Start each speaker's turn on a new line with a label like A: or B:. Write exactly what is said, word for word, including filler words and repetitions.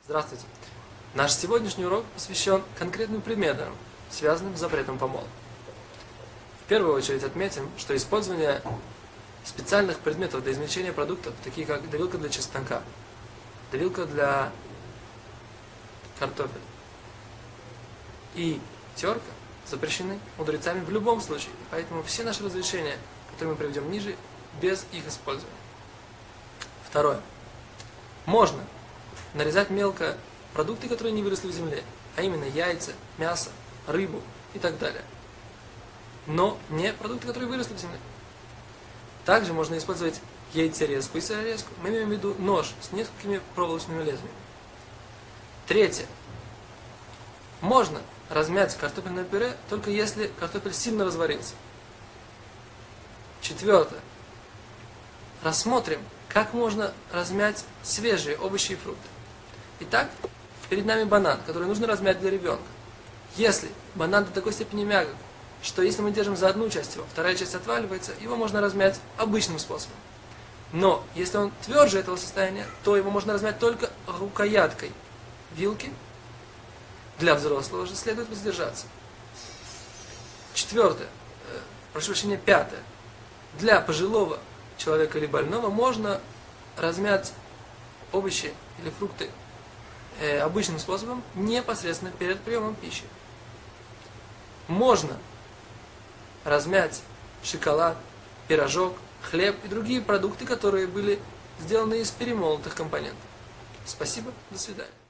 A: Здравствуйте! Наш сегодняшний урок посвящен конкретным примерам, связанным с запретом помола. В первую очередь отметим, что использование специальных предметов для измельчения продуктов, такие как давилка для чеснока, давилка для картофеля и терка, запрещены мудрецами в любом случае. Поэтому все наши разрешения, которые мы приведем ниже, без их использования. Второе. Можно нарезать мелко продукты, которые не выросли в земле, а именно яйца, мясо, рыбу и так далее. Но не продукты, которые выросли в земле. Также можно использовать яйцерезку и сырорезку. Мы имеем в виду нож с несколькими проволочными лезвиями. Третье. Можно размять картофельное пюре, только если картофель сильно разварился. Четвертое. Рассмотрим, как можно размять свежие овощи и фрукты. Итак, перед нами банан, который нужно размять для ребенка. Если банан до такой степени мягок, что если мы держим за одну часть его, вторая часть отваливается, его можно размять обычным способом. Но если он тверже этого состояния, то его можно размять только рукояткой вилки. Для взрослого же следует воздержаться. Четвертое. Э, прошу прощения, пятое. Для пожилого человека или больного можно размять овощи или фрукты э, обычным способом, непосредственно перед приемом пищи. Можно размять шоколад, пирожок, хлеб и другие продукты, которые были сделаны из перемолотых компонентов. Спасибо, до свидания.